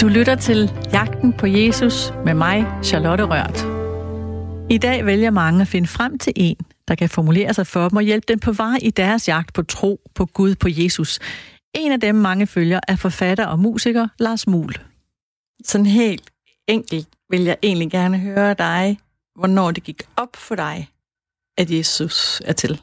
Du lytter til Jagten på Jesus med mig, Charlotte Rørt. I dag vælger mange at finde frem til en, der kan formulere sig for dem og hjælpe dem på vej i deres jagt på tro, på Gud, på Jesus. En af dem mange følger er forfatter og musiker Lars Muhl. Sådan helt enkelt vil jeg egentlig gerne høre dig, hvornår det gik op for dig, at Jesus er til.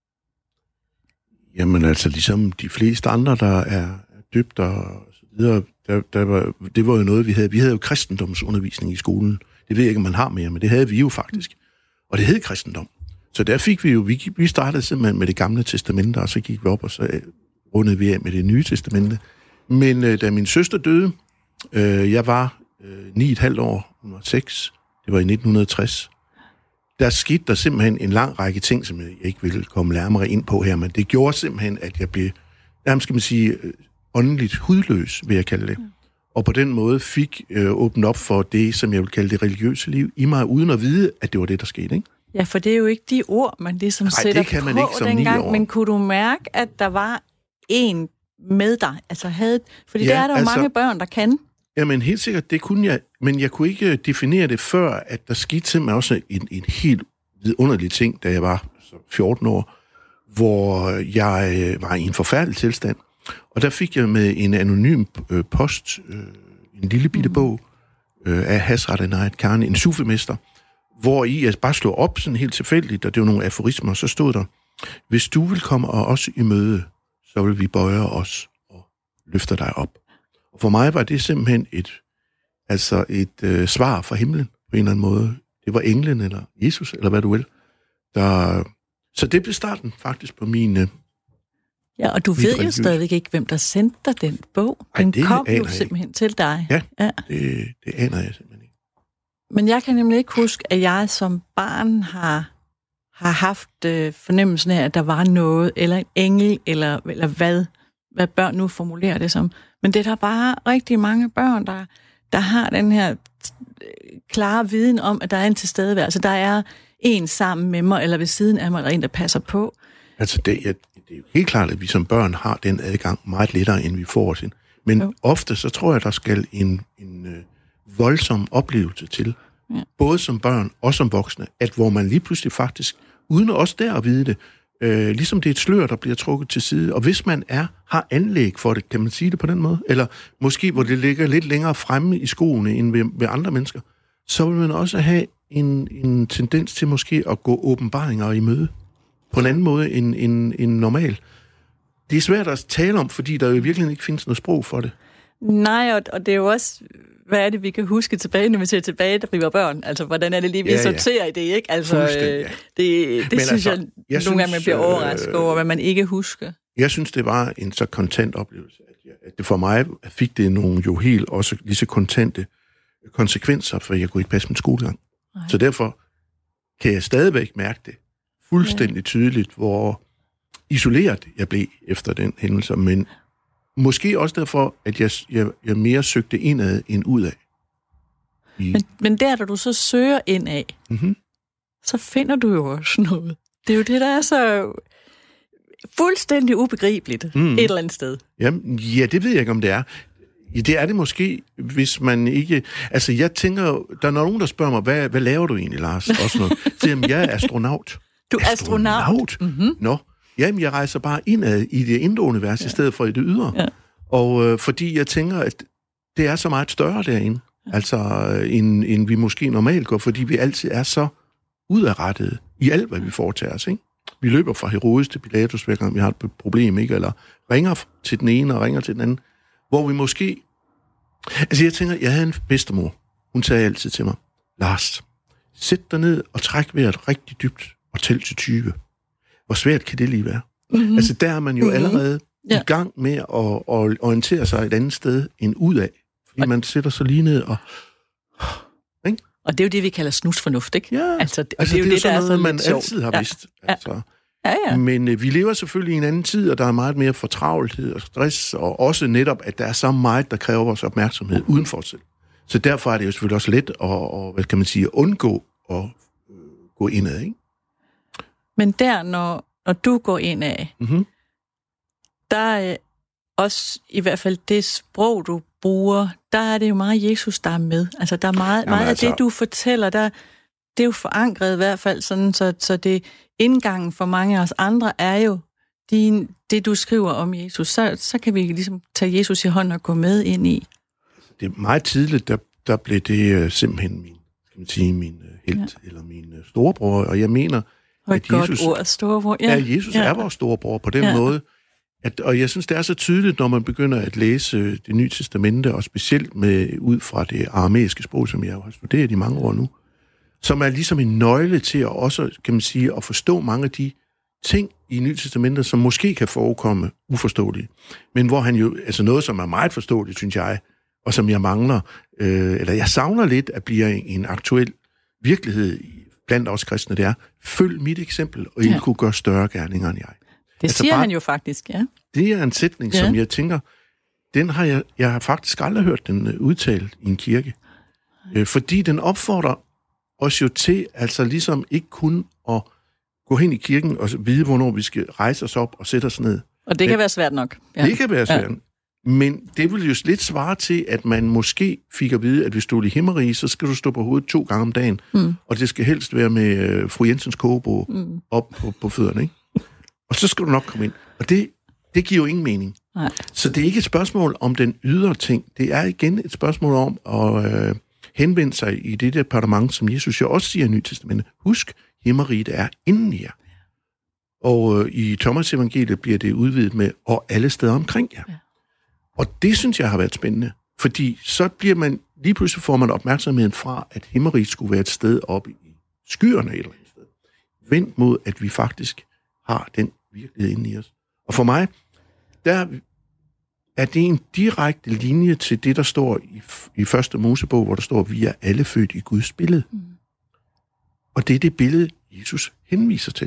Jamen altså, ligesom de fleste andre, der er døbt og så videre, det var jo noget, vi havde. Vi havde jo kristendomsundervisning i skolen. Det ved jeg ikke, om man har mere, men det havde vi jo faktisk. Og det hed kristendom. Så der fik vi jo, vi startede simpelthen med det gamle testamente, og så gik vi op, og så rundede vi af med det nye testamente. Men da min søster døde, jeg var 9,5 år, hun var 6, det var i 1960, der skete der simpelthen en lang række ting, som jeg ikke vil komme nærmere ind på her, men det gjorde simpelthen, at jeg blev, skal man sige, åndeligt hudløs, vil jeg kalde det. Og på den måde fik åbnet op for det, som jeg vil kalde det religiøse liv i mig, uden at vide, at det var det, der skete, ikke? Ja, for det er jo ikke de ord, man ligesom sætter det kan på man ikke som dengang, men kunne du mærke, at der var en med dig? Altså fordi der er der jo mange børn, der kan. Jamen helt sikkert, det kunne jeg, men jeg kunne ikke definere det før, at der skete simpelthen også en helt vidunderlig ting, da jeg var 14 år, hvor jeg var i en forfærdelig tilstand. Og der fik jeg med en anonym post, en lille bitte bog af Hazrat Inayat Khan, en sufimester, hvor i jeg bare slog op sådan helt tilfældigt, og det var nogle aforismer, og så stod der, hvis du vil komme os i møde, så vil vi bøje os og løfte dig op. Og for mig var det simpelthen et svar fra himlen på en eller anden måde. Det var englen eller Jesus, eller hvad du vil. Så det blev starten faktisk på mine. Ja, og du ved jo stadigvæk ikke, hvem der sendte dig den bog. Den kom jo simpelthen til dig. Ja. Det aner jeg simpelthen ikke. Men jeg kan nemlig ikke huske, at jeg som barn har haft fornemmelsen af, at der var noget, eller en engel, eller hvad børn nu formulerer det som. Men det er der bare rigtig mange børn, der har den her klare viden om, at der er en tilstedeværelse. Der er en sammen med mig, eller ved siden af mig, eller en, der passer på. Altså, det er jo helt klart, at vi som børn har den adgang meget lettere, end vi får os. Men ofte, så tror jeg, der skal en voldsom oplevelse til. Ja. Både som børn og som voksne, at hvor man lige pludselig faktisk, uden også der at vide det, ligesom det er et slør, der bliver trukket til side. Og hvis man har anlæg for det, kan man sige det på den måde, eller måske hvor det ligger lidt længere fremme i skoene end ved andre mennesker, så vil man også have en tendens til måske at gå åbenbaringer i møde på en anden måde end normal. Det er svært at tale om, fordi der jo virkelig ikke findes noget sprog for det. Nej, og det er jo også, hvad er det, vi kan huske tilbage, når vi ser tilbage, da vi var børn? Altså, hvordan er det lige, vi sorterer i det, ikke? Altså, det synes jeg nogle gange, man bliver overrasket over, hvad man ikke husker. Jeg synes, det var en så kontant oplevelse, at det for mig fik det nogle jo helt også lige så kontante konsekvenser, for jeg kunne ikke passe min skolegang. Nej. Så derfor kan jeg stadigvæk mærke det fuldstændig tydeligt, hvor isoleret jeg blev efter den hændelse, men måske også derfor, at jeg mere søgte indad end udad. Men der, da du så søger indad, så finder du jo også noget. Det er jo det, der er så fuldstændig ubegribeligt et eller andet sted. Jamen, ja, det ved jeg ikke, om det er. Det er det måske, hvis man ikke. Altså, jeg tænker, der er nogen, der spørger mig, hvad laver du egentlig, Lars? Også noget. Så jamen, jeg er astronaut. Du er astronaut? Nå. Jamen, jeg rejser bare indad i det indre univers, i stedet for i det ydre. Ja. Og fordi jeg tænker, at det er så meget større derinde, altså end vi måske normalt går, fordi vi altid er så udadrettede i alt, hvad vi foretager os, ikke? Vi løber fra Herodes til Pilatus, hver gang vi har et problem, ikke? Eller ringer til den ene og ringer til den anden. Hvor vi måske. Altså, jeg tænker, jeg havde en bedstemor. Hun sagde altid til mig, Lars, sæt dig ned og træk vejret rigtig dybt og tæl til 20. Hvor svært kan det lige være? Mm-hmm. Altså, der er man jo allerede i gang med at orientere sig et andet sted end udad. Fordi man sætter sig lige ned og. Ikke? Og det er jo det, vi kalder snusfornuft, ikke? Ja, altså, det er jo det, der er sådan man altid har vidst. Ja. Altså. Ja. Men vi lever selvfølgelig i en anden tid, og der er meget mere fortravlthed og stress, og også netop, at der er så meget, der kræver vores opmærksomhed uden for os selv. Så derfor er det jo selvfølgelig også let at hvad kan man sige, undgå at gå indad, ikke? Men der, når du går indad, der også i hvert fald det sprog, du bruger, der er det jo meget Jesus, der er med. Altså, der er meget af det, du fortæller, det er jo forankret i hvert fald sådan, så det indgangen for mange af os andre er jo det, du skriver om Jesus. Så kan vi ligesom tage Jesus i hånden og gå med ind i. Det er meget tidligt, der blev det simpelthen min helt, eller min storebror, og jeg mener, at Jesus... ord, storebror. Ja, Jesus er vores storebror på den måde. Og jeg synes, det er så tydeligt, når man begynder at læse Det Nye Testamente, og specielt ud fra det aramæiske sprog, som jeg har studeret i mange år nu, som er ligesom en nøgle til at også, kan man sige, at forstå mange af de ting i Nye Testamentet, som måske kan forekomme uforståelige. Men hvor han jo, altså noget, som er meget forståeligt, synes jeg, og som jeg mangler, eller jeg savner lidt, at blive en aktuel virkelighed blandt os kristne, det er, følg mit eksempel, og I kunne gøre større gerninger end jeg. Det siger han jo faktisk, ja. Det er en sætning, som jeg tænker, den har jeg har faktisk aldrig hørt den udtalt i en kirke. Fordi den opfordrer os jo til, altså ligesom ikke kun at gå hen i kirken og vide, hvornår vi skal rejse os op og sætte os ned. Og det kan være svært nok. Ja. Det kan være svært. Ja. Men det vil jo lidt svare til, at man måske fik at vide, at hvis du er i himmerige, så skal du stå på hovedet 2 gange om dagen, og det skal helst være med fru Jensens kogebog op på fødderne, ikke? Og så skal du nok komme ind. Og det giver jo ingen mening. Nej. Så det er ikke et spørgsmål om den ydre ting. Det er igen et spørgsmål om at henvende sig i det departement, som Jesus jo også siger i Nye Testamentet. Husk, himmeriget er inden jer. Og i Thomas evangeliet bliver det udvidet med, og alle steder omkring jer. Ja. Og det synes jeg har været spændende. Fordi så bliver man, lige pludselig får man opmærksomheden fra, at himmeriget skulle være et sted oppe i skyerne et eller andet sted. Vendt mod, at vi faktisk har den virkelighed inde i os. Og for mig, der er det en direkte linje til det, der står i første Mosebog, hvor der står, at vi er alle født i Guds billede. Og det er det billede, Jesus henviser til,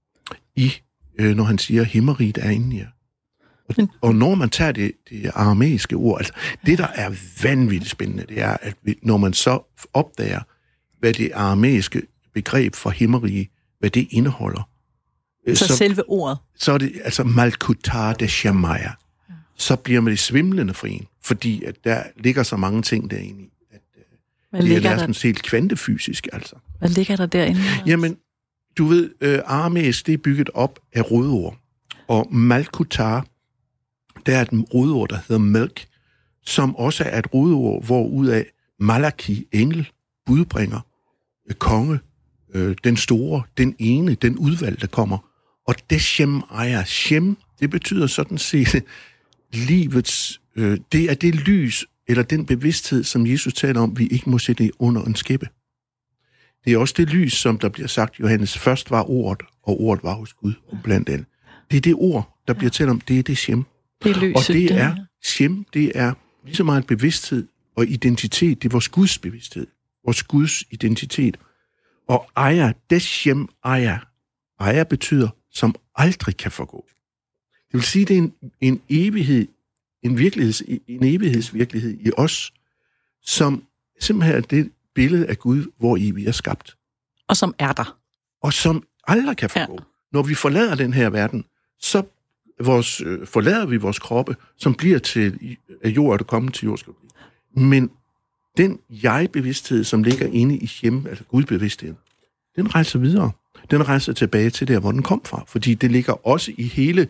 når han siger, at himmeriget er inde i jer. Og når man tager det aramæiske ord, altså det, der er vanvittigt spændende, det er, at når man så opdager, hvad det aramæiske begreb for himmerige, hvad det indeholder. Så selve ordet? Så er det altså Malkutar de Shamaya. Så bliver man det svimlende for en, fordi at der ligger så mange ting derinde i. Det er sådan helt kvantefysisk, altså. Hvad ligger der derinde? Jamen, du ved, aramæisk, det er bygget op af rodord. Og Malkutar, der er et rodord, der hedder Melk, som også er et rodord, hvorudaf Malaki, engel, budbringer, konge, den store, den ene, den udvalgte kommer. Og Deshem Aya, Shem, det betyder sådan set livets, det er det lys, eller den bevidsthed, som Jesus taler om, vi ikke må sætte under en skæppe. Det er også det lys, som der bliver sagt, Johannes, først var ordet, og ordet var hos Gud, og blandt andet. Det er det ord, der bliver talt om, det er det Shem. Det er lyset, og det er Shem, det er lige så meget bevidsthed og identitet, det er vores Guds bevidsthed, vores Guds identitet. Og Aya, Deshem Aya. Aya betyder, som aldrig kan forgå. Det vil sige, det er en evighed, en evighedsvirkelighed i os, som simpelthen er det billede af Gud, hvor vi er skabt. Og som er der. Og som aldrig kan forgå. Ja. Når vi forlader den her verden, så forlader vi vores kroppe, som bliver til jord, der kommer til jord. Men den jeg-bevidsthed, som ligger inde i Shem, altså Gud-bevidstheden, den rejser videre. Den rejser tilbage til der, hvor den kom fra. Fordi det ligger også i hele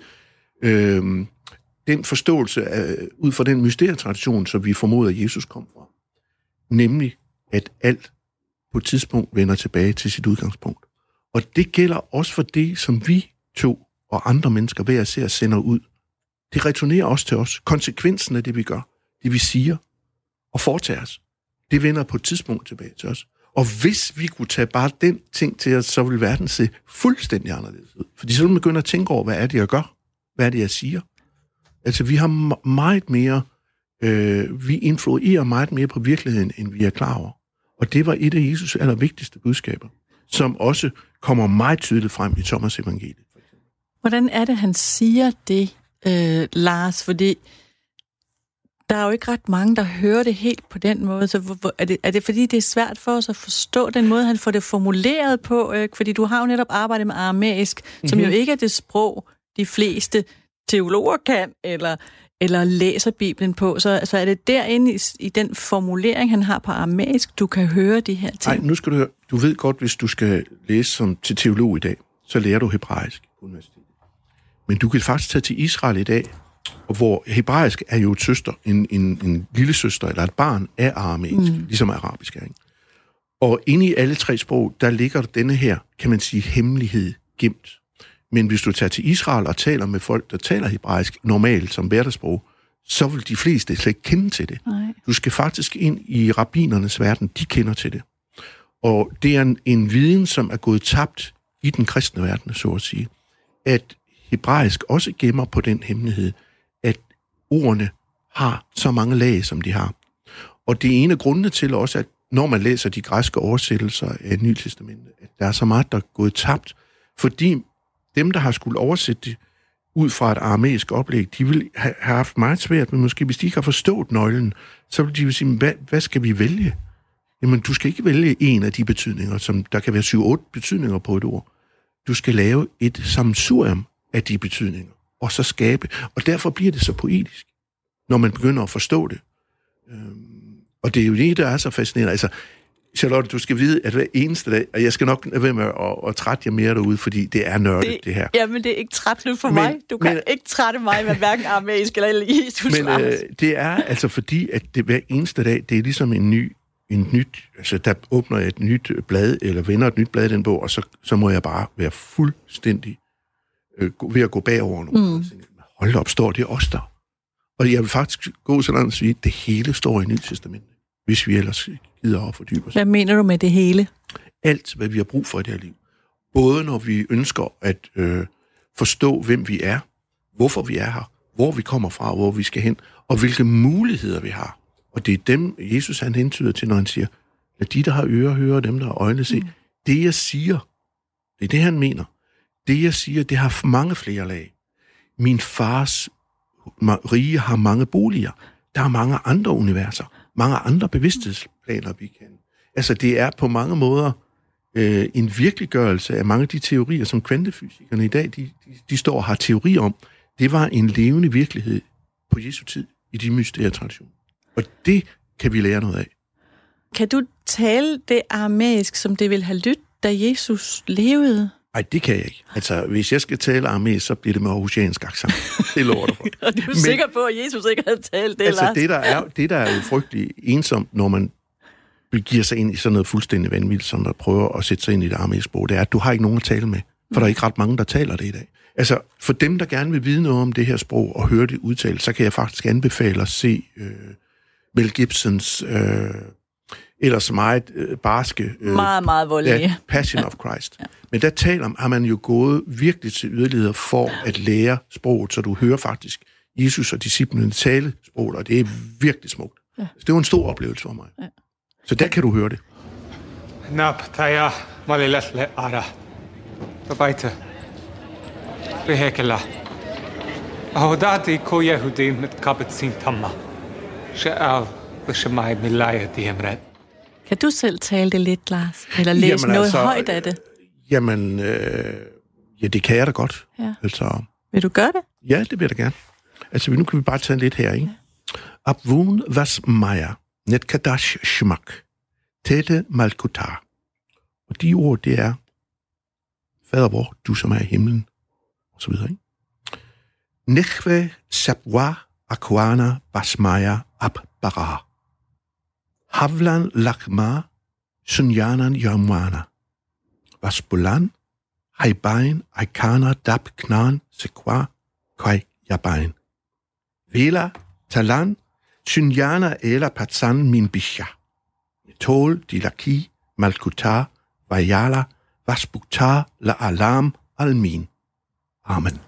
den forståelse ud fra den mysterietradition, som vi formoder, at Jesus kom fra. Nemlig, at alt på et tidspunkt vender tilbage til sit udgangspunkt. Og det gælder også for det, som vi to og andre mennesker hver især sender ud. Det returnerer også til os. Konsekvensen af det, vi gør, det vi siger og foretager os, det vender på et tidspunkt tilbage til os. Og hvis vi kunne tage bare den ting til os, så ville verden se fuldstændig anderledes ud. Fordi så vil man begynde at tænke over, hvad er det, jeg gør? Hvad er det, jeg siger? Altså, vi har meget mere, vi influerer meget mere på virkeligheden, end vi er klar over. Og det var et af Jesus' allervigtigste budskaber, som også kommer meget tydeligt frem i Thomas evangeliet. Hvordan er det, han siger det, Lars? Fordi der er jo ikke ret mange, der hører det helt på den måde. Så er det fordi, det er svært for os at forstå den måde, han får det formuleret på? Fordi du har jo netop arbejdet med aramæisk, som jo ikke er det sprog, de fleste teologer kan, eller læser Bibelen på, så er det derinde i den formulering, han har på aramæisk, du kan høre de her ting. Nej, nu skal du høre. Du ved godt, hvis du skal læse som til teolog i dag, så lærer du hebraisk på universitetet. Men du kan faktisk tage til Israel i dag, hvor hebraisk er jo et søster, en lille søster eller et barn af aramæisk, ligesom arabisk er, ikke? Og inde i alle tre sprog, der ligger denne her, kan man sige, hemmelighed gemt. Men hvis du tager til Israel og taler med folk, der taler hebraisk normalt som hverdagssprog, så vil de fleste slet ikke kende til det. Nej. Du skal faktisk ind i rabbinernes verden, de kender til det. Og det er en viden, som er gået tabt i den kristne verden, så at sige. At hebraisk også gemmer på den hemmelighed, at ordene har så mange lag, som de har. Og det er en af grundene til også, at når man læser de græske oversættelser af Nye Testamentet, at der er så meget, der er gået tabt, fordi dem, der har skulle oversætte det ud fra et aramæisk oplæg, de vil have haft meget svært, men måske hvis de ikke har forstået nøglen, så vil de jo sige, hvad skal vi vælge? Jamen, du skal ikke vælge en af de betydninger, som der kan være 7-8 betydninger på et ord. Du skal lave et sammensurium af de betydninger, og så skabe. Og derfor bliver det så poetisk, når man begynder at forstå det. Og det er jo det, der er så fascinerende. Altså, Charlotte, du skal vide, at hver eneste dag, og jeg skal nok være med at trætte jer mere derude, fordi det er nørdet, det her. Jamen, det er ikke trættende for mig. Du kan ikke trætte mig med hverken aramæisk eller Jesus. Men det er altså fordi, at det hver eneste dag, det er ligesom en nyt, altså der åbner et nyt blad, eller vender et nyt blad i den bog, og så må jeg bare være fuldstændig ved at gå bagover nu. Hold op, står det også der? Og jeg vil faktisk gå så langt at sige, at det hele står i Nye Testamentet, hvis vi ellers gider at fordybe os. Hvad mener du med det hele? Alt, hvad vi har brug for i det her liv. Både når vi ønsker at forstå, hvem vi er, hvorfor vi er her, hvor vi kommer fra, hvor vi skal hen, og hvilke muligheder vi har. Og det er dem, Jesus han hentyder til, når han siger, lad de, der har ører, høre, dem, der har øjne, se. Det, jeg siger, det er det, han mener. Det, jeg siger, det har mange flere lag. Min fars rige har mange boliger. Der er mange andre universer. Mange andre bevidsthedsplaner, vi kan. Altså, det er på mange måder en virkeliggørelse af mange af de teorier, som kvantefysikerne i dag, de står og har teori om. Det var en levende virkelighed på Jesu tid i de mystiske traditioner. Og det kan vi lære noget af. Kan du tale det aramæisk, som det ville have lyttet, da Jesus levede? Nej, det kan jeg ikke. Altså, hvis jeg skal tale aramæisk, så bliver det med aarhusiansk accent. Det lover du for. Og du er sikker på, at Jesus ikke havde talt det, altså, Lars? det der er jo frygtelig ensomt, når man giver sig ind i sådan noget fuldstændig vanvittigt, som der prøver at sætte sig ind i det aramæiske sprog, det er, at du har ikke nogen at tale med. For der er ikke ret mange, der taler det i dag. Altså, for dem, der gerne vil vide noget om det her sprog og høre det udtalt, så kan jeg faktisk anbefale at se Mel Gibsons ellers meget barske... meget voldelige. Passion of Christ. Ja. Men der har man jo gået virkelig til yderligheder for at lære sproget, så du hører faktisk Jesus og disciplene tale sproget, og det er virkelig smukt. Ja. Så det var en stor oplevelse for mig. Ja. Så der kan du høre det. Naptaya malilasle ara. Tabaita. Behekela. Ahodati ko Yehudi mit kapetsin tamma. Sha'al b'shemai milaya diemret. Kan du selv tale det lidt, Lars? Eller læse noget højt af det? Jamen, ja, det kan jeg da godt. Ja. Altså, vil du gøre det? Ja, det vil jeg da gerne. Altså, nu kan vi bare tage lidt her, ikke? Abvun vas maya, net kadash shmak, tete malkutar. Og de ord, det er, Fader vor, du som er i himlen, og så videre, ikke? Nechve sabwa akwana basmaya abbara. Havlan lakma sunyanan yamwana. Vasbulan haibain aikana dab knan sekwa kai yabain. Vela talan sunyana ela patsan min bisha. Metol dilaki malkutar vayala vasbuktar la alam almin. Amen.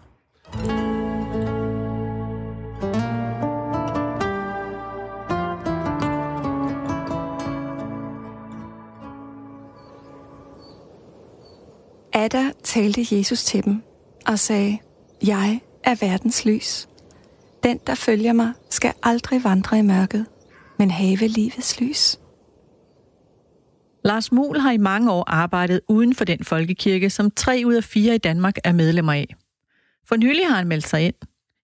Atter talte Jesus til dem og sagde, jeg er verdens lys. Den, der følger mig, skal aldrig vandre i mørket, men have livets lys. Lars Muhl har i mange år arbejdet uden for den folkekirke, som 3 ud af 4 i Danmark er medlemmer af. For nylig har han meldt sig ind.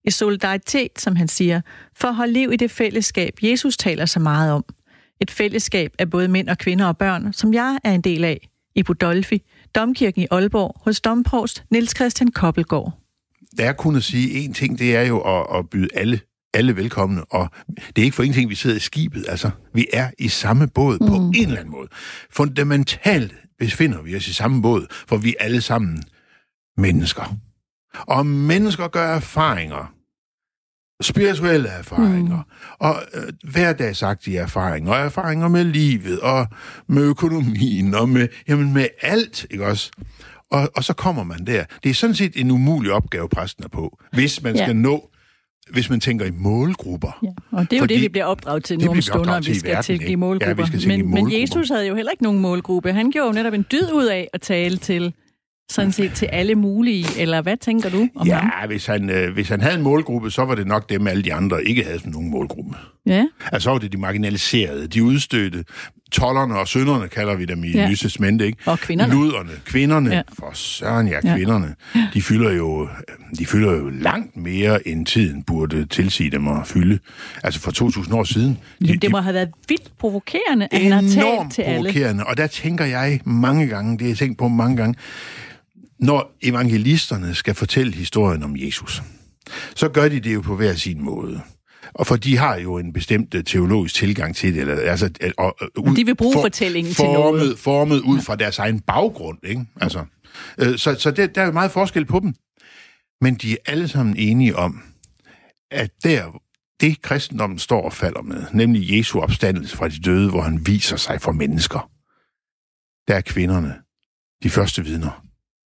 I solidaritet, som han siger, for at holde liv i det fællesskab, Jesus taler så meget om. Et fællesskab af både mænd og kvinder og børn, som jeg er en del af i Budolfi, Domkirken i Aalborg, hos domprovst Niels Christian Koppelgaard. Der er kun at sige én ting, det er jo at byde alle velkomne, og det er ikke for ingenting, vi sidder i skibet. Altså, vi er i samme båd på en eller anden måde. Fundamentalt befinder vi os i samme båd, for vi er alle sammen mennesker. Og mennesker gør erfaringer. Spirituelle erfaringer, og hverdagsagtige erfaringer, og erfaringer med livet, og med økonomien, og med alt, ikke også? Og så kommer man der. Det er sådan set en umulig opgave, præsten er på, hvis man skal nå, hvis man tænker i målgrupper. Ja. Og det er jo det, vi bliver opdraget til nu om stunder, vi skal tænke i målgrupper. Ja, vi men Jesus havde jo heller ikke nogen målgruppe. Han gjorde jo netop en dyd ud af at tale til sådan set til alle mulige, eller hvad tænker du om ham? Ja, hvis han havde en målgruppe, så var det nok dem, alle de andre ikke havde sådan nogen målgruppe. Ja. Altså så var det de marginaliserede, de udstødte, tolderne og synderne kalder vi dem i Nye Testamente, ikke? Og kvinderne. Luderne, kvinderne, for søren kvinderne, de fylder jo langt mere, end tiden burde tilsige dem at fylde. Altså for 2000 år siden. Det må have været vildt provokerende, at han har talt til alle. Enormt provokerende, og der tænker jeg mange gange, det har jeg tænkt på mange gange, når evangelisterne skal fortælle historien om Jesus, så gør de det jo på hver sin måde. Og for de har jo en bestemt teologisk tilgang til det. De vil bruge fortællingen til noget. Formet ud fra deres egen baggrund, ikke? Altså, så der er jo meget forskel på dem. Men de er alle sammen enige om, at det kristendommen står og falder med, nemlig Jesu opstandelse fra de døde, hvor han viser sig for mennesker, der er kvinderne, de første vidner.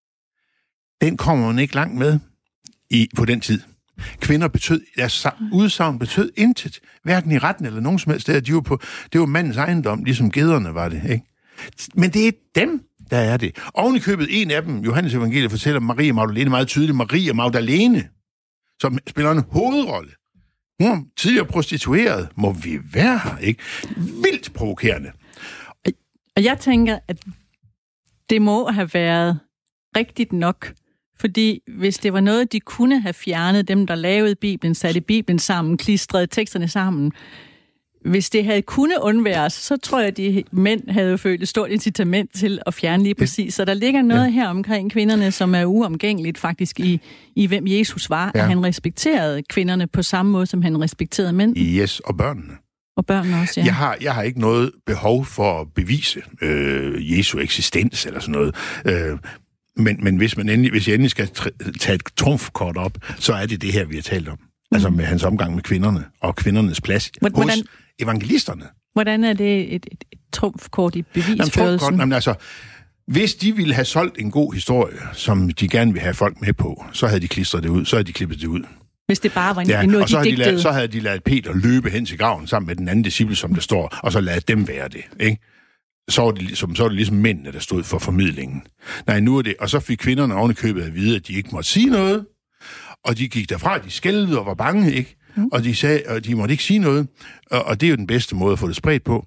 Den kommer man ikke langt med på den tid. Kvinder deres udsagn betød intet, hverken i retten eller nogen som helst sted. Det var mandens ejendom, ligesom gederne var det, ikke? Men det er dem, der er det. Oven i købet, en af dem, Johannes Evangeliet, fortæller Maria Magdalene meget tydeligt, Maria Magdalene, som spiller en hovedrolle. Hun er tidligere prostitueret. Må vi være her, ikke? Vildt provokerende. Og jeg tænker, at det må have været rigtigt nok. Fordi hvis det var noget, de kunne have fjernet, dem der lavede Bibelen, satte Bibelen sammen, klistrede teksterne sammen, hvis det havde kunne undværes, så tror jeg, at de mænd havde følt et stort incitament til at fjerne lige præcis. Så der ligger noget her omkring kvinderne, som er uomgængeligt faktisk i hvem Jesus var. Ja. At han respekterede kvinderne på samme måde, som han respekterede mænd. Yes, og børnene. Og børnene også, ja. Jeg har ikke noget behov for at bevise Jesu eksistens eller sådan noget. Men hvis jeg endelig skal tage et trumfkort op, så er det her, vi har talt om. Altså med hans omgang med kvinderne, og kvindernes plads hos evangelisterne. Hvordan er det et trumfkort i bevisførelsen? Jamen, altså, hvis de ville have solgt en god historie, som de gerne vil have folk med på, så havde de klistret det ud, så havde de klippet det ud. Hvis det bare var noget, de digtede. Så havde de ladet Peter løbe hen til graven sammen med den anden disciple, som der står, og så ladet dem være det, ikke? Så var det ligesom mændene, der stod for formidlingen. Nej, nu er det... Og så fik kvinderne oven i købet at vide, at de ikke måtte sige noget, og de gik derfra, de skælvede og var bange, ikke? Og de sagde, at de måtte ikke sige noget, og det er jo den bedste måde at få det spredt på.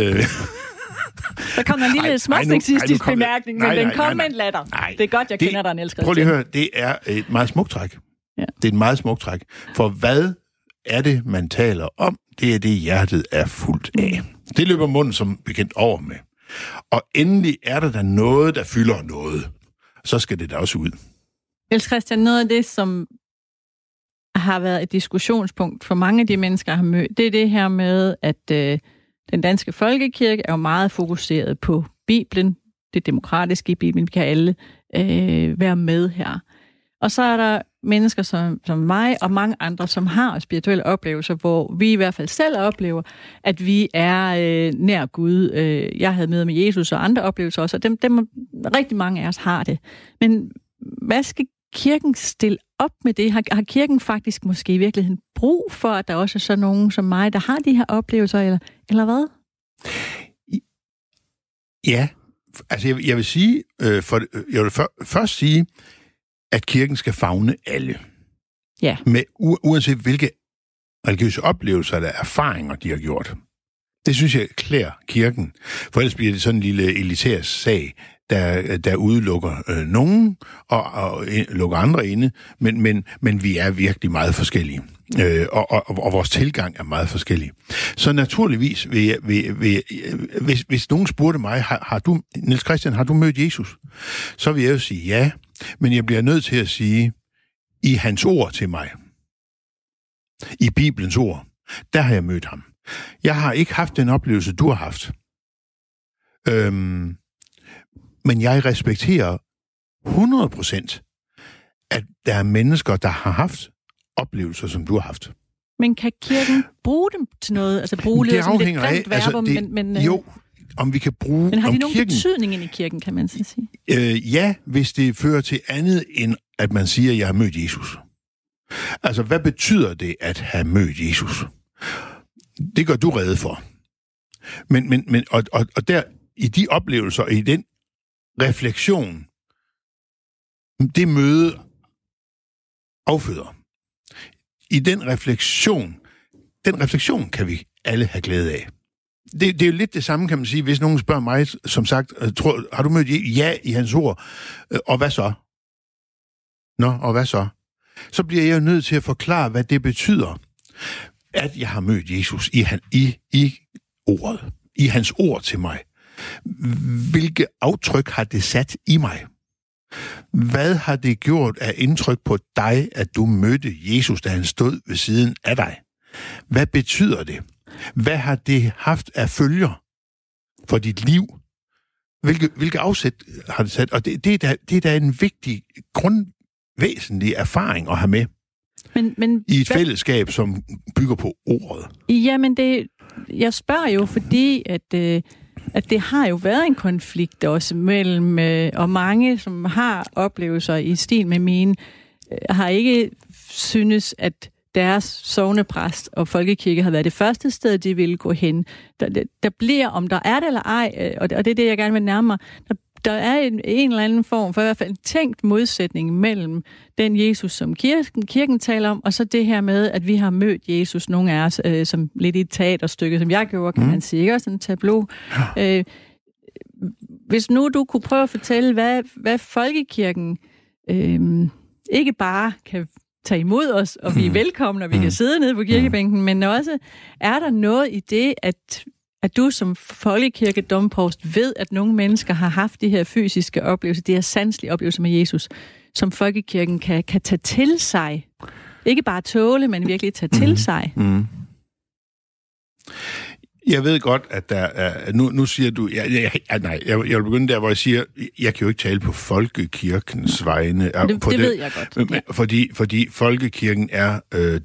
Der kom en lille småsexistisk bemærkning, men den kom med en latter. Det er godt, jeg kender dig, Niels Christian. Prøv lige at høre, det er et meget smukt træk. Ja. Det er et meget smukt træk. For hvad er det, man taler om? Det er det, hjertet er fuldt af. Det løber munden som bekendt over med. Og endelig er der noget, der fylder noget. Så skal det da også ud. Niels Christian, noget af det, som har været et diskussionspunkt for mange af de mennesker, jeg har mødt, det er det her med, at den danske folkekirke er jo meget fokuseret på Bibelen, det demokratiske i Bibelen, vi kan alle være med her. Og så er der mennesker som mig og mange andre, som har spirituelle oplevelser, hvor vi i hvert fald selv oplever, at vi er nær Gud. Jeg havde med Jesus og andre oplevelser også, og dem rigtig mange af os har det. Men hvad skal kirken stille op med det? Har kirken faktisk måske i virkeligheden brug for, at der også er så nogen som mig, der har de her oplevelser, eller hvad? Ja, altså jeg vil sige, jeg vil først sige, at kirken skal favne alle. Ja. Med uanset hvilke religiøse oplevelser eller erfaringer, de har gjort. Det synes jeg klæder kirken. For ellers bliver det sådan en lille elitær sag, der udelukker nogen og lukker andre inde, men vi er virkelig meget forskellige. Og vores tilgang er meget forskellig. Så naturligvis hvis nogen spurgte mig, Niels Christian, har du mødt Jesus? Så vil jeg jo sige ja, men jeg bliver nødt til at sige, i hans ord til mig, i Bibelens ord, der har jeg mødt ham. Jeg har ikke haft den oplevelse, du har haft. Men jeg respekterer 100%, at der er mennesker, der har haft oplevelser, som du har haft. Men kan kirken bruge dem til noget? Altså bruge det som lidt grimt verbum, jo, om vi kan bruge... Men har de nogen kirken, betydning ind i kirken, kan man så sige? Ja, hvis det fører til andet, end at man siger, at jeg har mødt Jesus. Altså, hvad betyder det, at have mødt Jesus? Det gør du rede for. Men der, i de oplevelser, i den refleksion, det møde afføder. I den refleksion kan vi alle have glæde af. Det er jo lidt det samme, kan man sige, hvis nogen spørger mig, som sagt, har du mødt ja i hans ord, og hvad så? Og hvad så? Så bliver jeg jo nødt til at forklare, hvad det betyder, at jeg har mødt Jesus i ordet, i hans ord til mig. Hvilke aftryk har det sat i mig? Hvad har det gjort af indtryk på dig, at du mødte Jesus, da han stod ved siden af dig? Hvad betyder det? Hvad har det haft af følger for dit liv? Hvilke afsæt har det sat? Og det er da en vigtig, grundvæsentlig erfaring at have med men i et fællesskab, som bygger på ordet. Jamen, jeg spørger jo, fordi at det har jo været en konflikt også mellem, og mange, som har oplevelser i stil med mine, har ikke synes, at deres sognepræst og folkekirke har været det første sted, de ville gå hen. Der bliver, om der er det eller ej, og det er det, jeg gerne vil nærme mig, der er en eller anden form for i hvert fald en tænkt modsætning mellem den Jesus, som kirken taler om, og så det her med, at vi har mødt Jesus, nogle af os, som lidt i et teaterstykke, som jeg gjorde, kan man sige, ikke? Sådan en tableau. Ja. Hvis nu du kunne prøve at fortælle, hvad folkekirken ikke bare kan tage imod os, og vi er velkomne, og vi kan sidde nede på kirkebænken, men også, er der noget i det, at du som folkekirkedomprovst ved, at nogle mennesker har haft de her fysiske oplevelser, de her sanselige oplevelser med Jesus, som folkekirken kan tage til sig? Ikke bare tåle, men virkelig tage til sig. Jeg ved godt, at der er... Nu siger du... Jeg vil begynde der, hvor jeg siger, jeg kan jo ikke tale på folkekirkens vegne. Det ved jeg godt. Ja. Fordi folkekirken er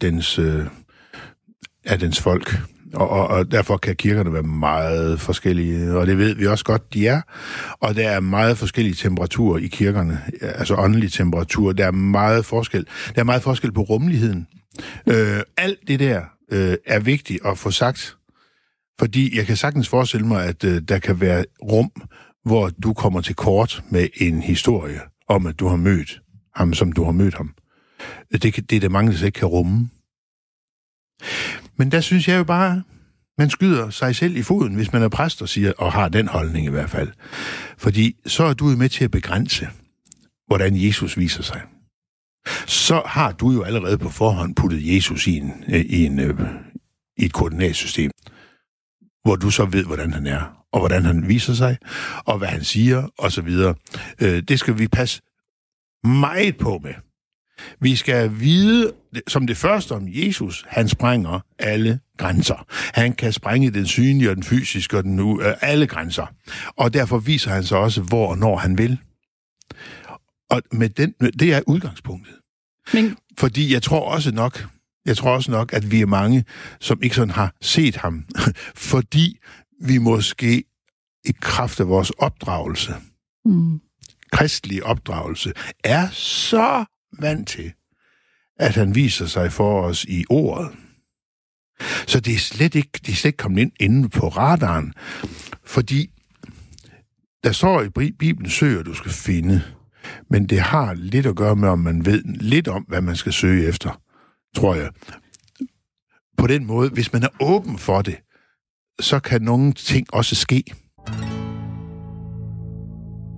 dens folk. Og derfor kan kirkerne være meget forskellige, og det ved vi også godt, de er. Og der er meget forskellige temperaturer i kirkerne, altså åndelig temperatur. Der er meget forskel på rummeligheden. Alt det der er vigtigt at få sagt, fordi jeg kan sagtens forestille mig, at der kan være rum, hvor du kommer til kort med en historie om, at du har mødt ham, som du har mødt ham. Det er der mange, der ikke kan rumme. Men der synes jeg jo bare, man skyder sig selv i foden, hvis man er præst og siger, og har den holdning i hvert fald. Fordi så er du jo med til at begrænse, hvordan Jesus viser sig. Så har du jo allerede på forhånd puttet Jesus i et koordinatsystem, hvor du så ved, hvordan han er, og hvordan han viser sig, og hvad han siger, osv. Det skal vi passe meget på med. Vi skal vide, som det første om Jesus, han sprænger alle grænser. Han kan sprænge den synlige og den fysiske og alle grænser. Og derfor viser han sig også, hvor og når han vil. Og det er udgangspunktet. Men... Fordi jeg tror også nok, at vi er mange, som ikke sådan har set ham. Fordi vi måske i kraft af vores opdragelse, kristelige opdragelse, er så vant til, at han viser sig for os i ordet. Så det er slet ikke kommet inde på radaren, fordi der står i Bibelen, søger du skal finde, men det har lidt at gøre med, om man ved lidt om, hvad man skal søge efter, tror jeg. På den måde, hvis man er åben for det, så kan nogle ting også ske.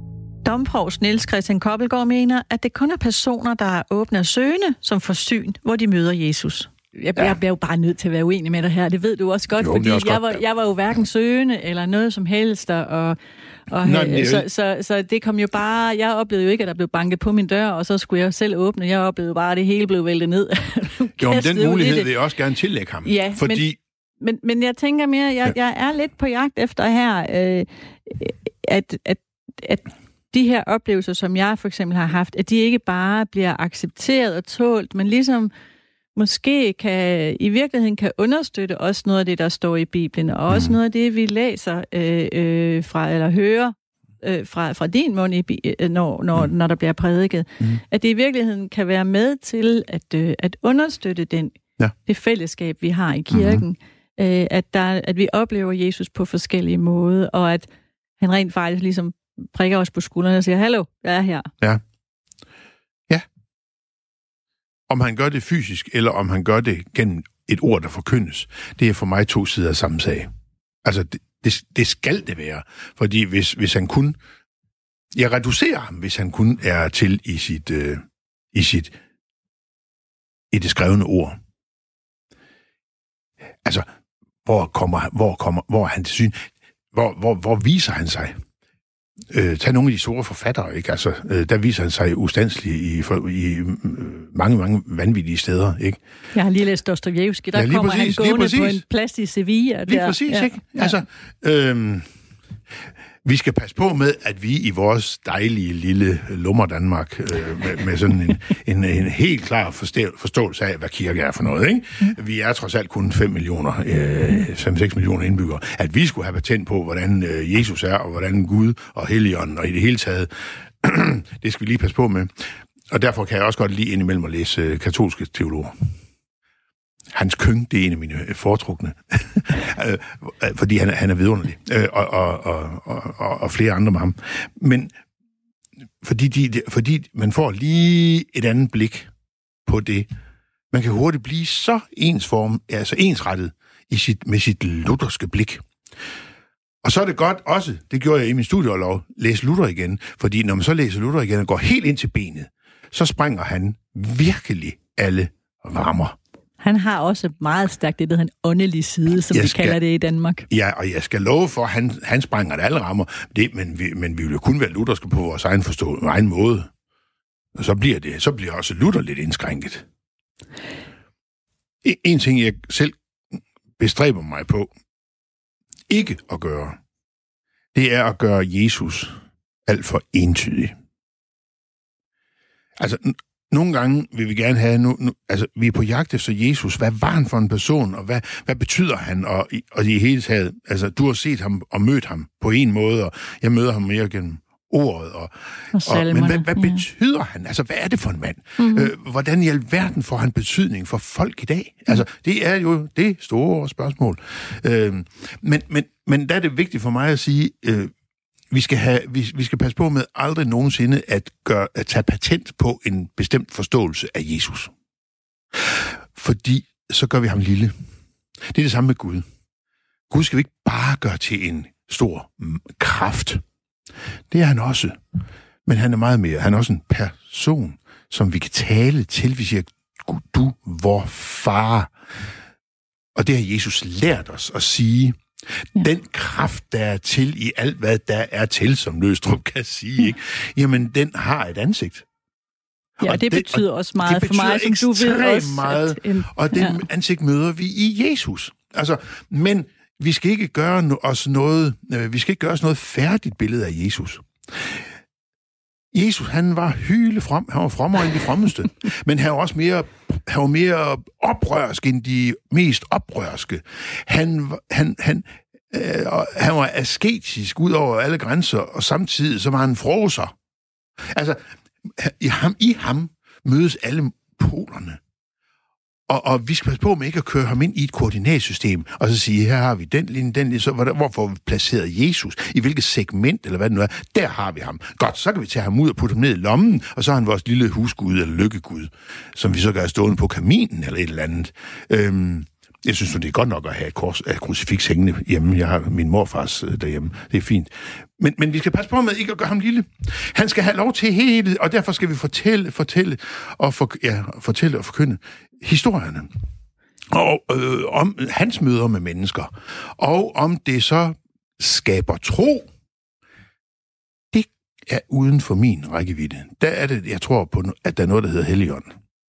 Domprovst Niels Christian Koppelgaard mener, at det kun er personer, der er åbne og søgende, som får syn, hvor de møder Jesus. Jeg bliver jo bare nødt til at være uenig med dig her. Det ved du også godt, fordi jeg var jo hverken søgende eller noget som helst. Så det kom jo bare... Jeg oplevede jo ikke, at der blev banket på min dør, og så skulle jeg selv åbne. Jeg oplevede bare, at det hele blev væltet ned. Jo, men den mulighed vil jeg også gerne tillægge ham. Ja, fordi... men jeg tænker mere, jeg er lidt på jagt efter her, at de her oplevelser, som jeg for eksempel har haft, at de ikke bare bliver accepteret og tålt, men ligesom måske i virkeligheden kan understøtte også noget af det, der står i Bibelen, og også noget af det, vi læser fra eller hører fra din mund, når der bliver prædiket. At det i virkeligheden kan være med til at understøtte det fællesskab, vi har i kirken. At vi oplever Jesus på forskellige måder, og at han rent faktisk ligesom prikker os på skuldrene og siger, hallo, jeg er her. Ja. Om han gør det fysisk, eller om han gør det gennem et ord, der forkyndes, det er for mig 2 sider af samme sag. Altså, det skal det være. Fordi hvis han kun... Jeg reducerer ham, hvis han kun er til i det skrevne ord. Altså, hvor er han til syn? Hvor viser han sig? Tag nogle af de store forfattere, ikke? Altså, der viser han sig ustandsligt i mange, mange vanvittige steder, ikke? Jeg har lige læst Dostojevskij, der kommer han gående på en plads i Sevilla. Lige præcis, ikke? Ja. Altså, vi skal passe på med, at vi i vores dejlige lille lummer Danmark, med sådan en helt klar forståelse af, hvad kirke er for noget, ikke? Vi er trods alt kun 5-6 millioner indbyggere. At vi skulle have patent på, hvordan Jesus er, og hvordan Gud og Helligånden, og i det hele taget, det skal vi lige passe på med. Og derfor kan jeg også godt lide indimellem at læse katolske teologer. Hans Køng, det er en af mine foretrukne, fordi han er vidunderlig, og flere andre med ham. Men fordi man får lige et andet blik på det. Man kan hurtigt blive så ensrettet med sit lutherske blik. Og så er det godt også, det gjorde jeg i min studieårlov, læse Luther igen, fordi når man så læser Luther igen og går helt ind til benet, så sprænger han virkelig alle rammer. Han har også meget stærkt det, der en åndelig side, som vi kalder det i Danmark. Ja, og jeg skal love for, at han sprænger alle rammer, men vi vil jo kun være lutherske på vores egen måde. Og så bliver også Luther lidt indskrænket. En ting, jeg selv bestræber mig på ikke at gøre, det er at gøre Jesus alt for entydig. Altså, nogle gange vil vi gerne have, vi er på jagt efter Jesus. Hvad var han for en person, og hvad betyder han? Og i hele taget, altså, du har set ham og mødt ham på en måde, og jeg møder ham mere gennem ordet. Men hvad betyder han? Altså, hvad er det for en mand? Hvordan i alverden får han betydning for folk i dag? Altså, det er jo det store spørgsmål. Men der er det vigtigt for mig at sige, vi skal passe på med aldrig nogensinde at tage patent på en bestemt forståelse af Jesus. Fordi så gør vi ham lille. Det er det samme med Gud. Gud skal vi ikke bare gøre til en stor kraft. Det er han også. Men han er meget mere. Han er også en person, som vi kan tale til. Vi siger, du, vor far. Og det har Jesus lært os at sige. Den kraft, der er til i alt, hvad der er til, som Løgstrup kan sige, ikke? Jamen, den har et ansigt. Ja, og det betyder også meget for mig, som du ved også. Meget, og det ansigt møder vi i Jesus. Altså, men vi skal ikke gøre os noget færdigt billede af Jesus. Jesus, han var hylefrom, han var frommere end de frommeste, men han var mere oprørsk end de mest oprørske. Han var asketisk ud over alle grænser, og samtidig så var han fråser. Altså, i ham mødes alle polerne. Og vi skal passe på med ikke at køre ham ind i et koordinatsystem, og så sige, her har vi den linje, så hvor får vi placeret Jesus? I hvilket segment, eller hvad det nu er? Der har vi ham. Godt, så kan vi tage ham ud og putte ham ned i lommen, og så har han vores lille husgud, eller lykkegud, som vi så gør stående på kaminen, eller et eller andet. Jeg synes, det er godt nok at have et krucifiks hængende hjemme. Jeg har min morfars derhjemme. Det er fint. Men vi skal passe på med ikke at gøre ham lille. Han skal have lov til hele, og derfor skal vi fortælle og forkynde historierne. Og om hans møder med mennesker. Og om det så skaber tro, det er uden for min rækkevidde. Der er det, jeg tror på, at der er noget, der hedder Helligånd.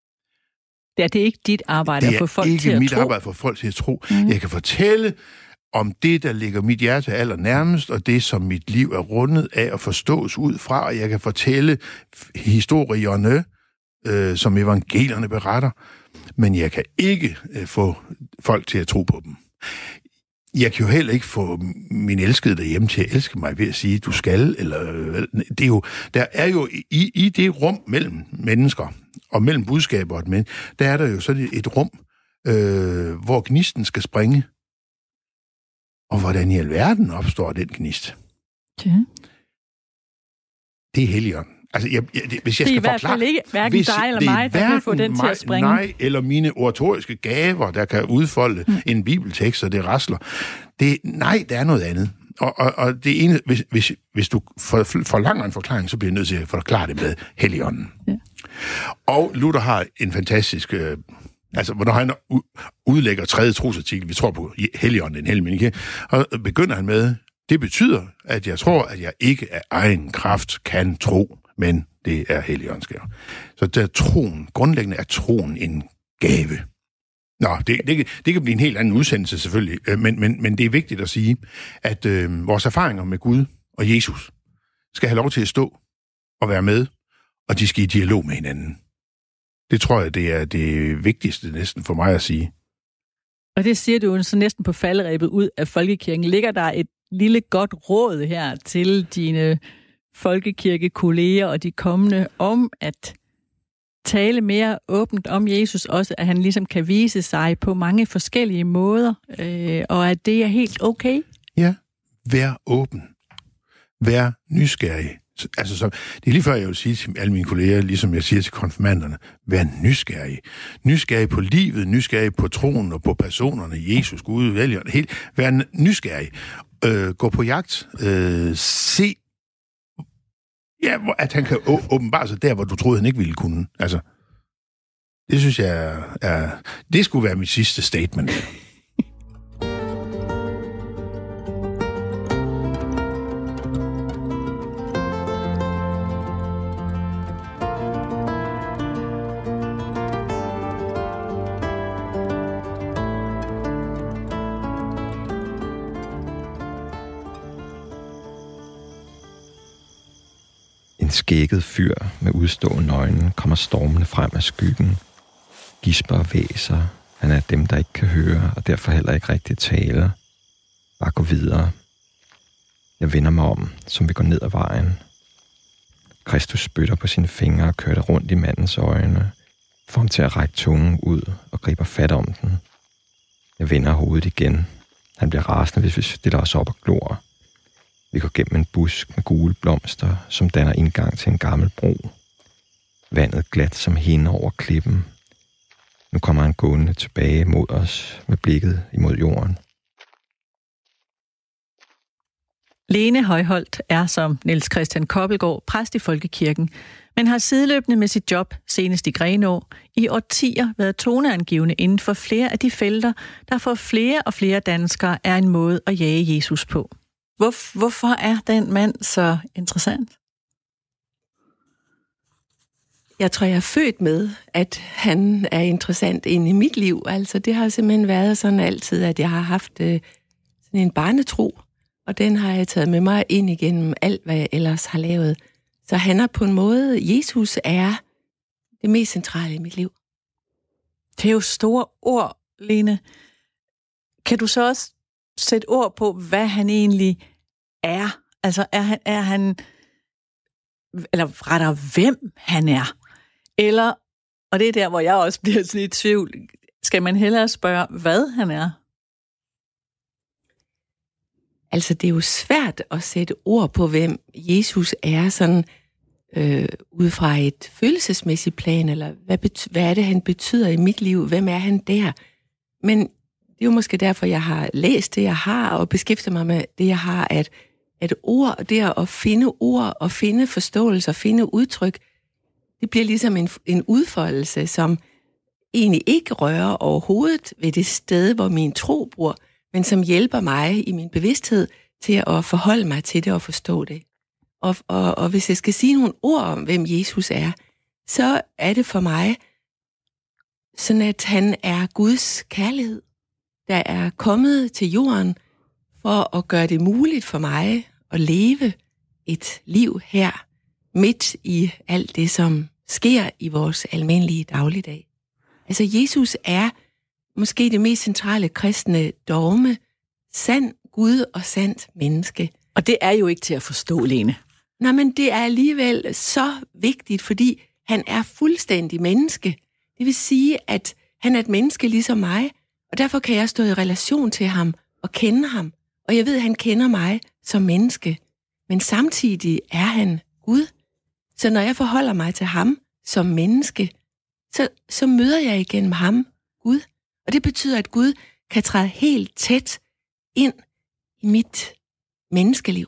Det er ikke dit arbejde at få folk til at tro. Det er ikke mit arbejde at få folk til at tro. Jeg kan fortælle om det, der ligger mit hjerte allernærmest, og det, som mit liv er rundet af og forstås ud fra, og jeg kan fortælle historierne, som evangelierne beretter, men jeg kan ikke få folk til at tro på dem. Jeg kan jo heller ikke få min elskede derhjemme til at elske mig ved at sige, du skal, eller det er jo, der er jo i det rum mellem mennesker, og mellem budskaber og men, der er der jo sådan et rum, hvor gnisten skal springe. Og hvordan i alverden opstår den gnist? Ja. Det er Helligånd. Altså, hvis jeg det er skal i hvert fald ikke hverken dig eller mig, der kan få den til at springe. Nej, eller mine oratoriske gaver, der kan udfolde en bibeltekst, og det rasler. Nej, der er noget andet. Og det ene, hvis du forlanger en forklaring, så bliver jeg nødt til at forklare det med Helligånden. Ja. Og Luther har en fantastisk... når han udlægger 3. trosartikel, vi tror på Helligånden, en hellig, og begynder han med, det betyder, at jeg tror, at jeg ikke af egen kraft kan tro, men det er Helligåndens gave. Så der troen, grundlæggende er troen en gave. Nå, det kan blive en helt anden udsendelse selvfølgelig, men det er vigtigt at sige, at vores erfaringer med Gud og Jesus skal have lov til at stå og være med, og de skal i dialog med hinanden. Det tror jeg, det er det vigtigste næsten for mig at sige. Og det siger du jo så næsten på falderebet ud af folkekirken. Ligger der et lille godt råd her til dine folkekirkekolleger og de kommende om at tale mere åbent om Jesus også, at han ligesom kan vise sig på mange forskellige måder, og at det er helt okay? Ja, vær åben. Vær nysgerrig. Altså, det er lige før, jeg vil sige til alle mine kolleger, ligesom jeg siger til konfirmanderne, vær nysgerrig. Nysgerrig på livet, nysgerrig på troen og på personerne, Jesus, Gud, vælgerne, helt. Vær nysgerrig. Gå på jagt. Se, at han kan åbenbare sig der, hvor du troede, han ikke ville kunne. Altså, det synes jeg det skulle være mit sidste statement. En skægget fyr med udstående øjne kommer stormende frem af skyggen. Gisper og væser. Han er dem, der ikke kan høre, og derfor heller ikke rigtig taler. Bare gå videre. Jeg vender mig om, som vi går ned ad vejen. Kristus spytter på sine fingre og kører rundt i mandens øjne, får ham til at række tungen ud og griber fat om den. Jeg vender hovedet igen. Han bliver rasende, hvis vi stiller os op og glor. Vi går gennem en busk med gule blomster, som danner indgang til en gammel bro. Vandet glat som hende over klippen. Nu kommer han gående tilbage mod os med blikket imod jorden. Lene Højholt er som Niels Christian Kobbelgaard præst i Folkekirken, men har sideløbende med sit job, senest i Grenaa, i årtier været toneangivende inden for flere af de felter, der for flere og flere danskere er en måde at jage Jesus på. Hvorfor er den mand så interessant? Jeg tror, jeg er født med, at han er interessant inde i mit liv. Altså, det har simpelthen været sådan altid, at jeg har haft sådan en barnetro, og den har jeg taget med mig ind igennem alt, hvad jeg ellers har lavet. Så han er på en måde, Jesus er det mest centrale i mit liv. Det er jo store ord, Lene. Kan du så også sætte ord på, hvad han egentlig er? Altså, er han eller rettere, hvem han er? Eller, og det er der, hvor jeg også bliver sådan i tvivl, skal man hellere spørge, hvad han er? Altså, det er jo svært at sætte ord på, hvem Jesus er, sådan ud fra et følelsesmæssigt plan, eller hvad er det, han betyder i mit liv? Hvem er han der? Men det er jo måske derfor, jeg har læst det, jeg har, og beskæftiget mig med det, jeg har, at ord, det at finde ord, og finde forståelse, og finde udtryk, det bliver ligesom en udfoldelse, som egentlig ikke rører overhovedet ved det sted, hvor min tro bor, men som hjælper mig i min bevidsthed til at forholde mig til det og forstå det. Og hvis jeg skal sige nogle ord om, hvem Jesus er, så er det for mig sådan, at han er Guds kærlighed, der er kommet til jorden for at gøre det muligt for mig at leve et liv her, midt i alt det, som sker i vores almindelige dagligdag. Altså Jesus er måske det mest centrale kristne dogme, sand Gud og sandt menneske. Og det er jo ikke til at forstå, Lene. Nej, men det er alligevel så vigtigt, fordi han er fuldstændig menneske. Det vil sige, at han er et menneske ligesom mig, og derfor kan jeg stå i relation til ham og kende ham. Og jeg ved, at han kender mig som menneske, men samtidig er han Gud. Så når jeg forholder mig til ham som menneske, så møder jeg igennem ham Gud. Og det betyder, at Gud kan træde helt tæt ind i mit menneskeliv.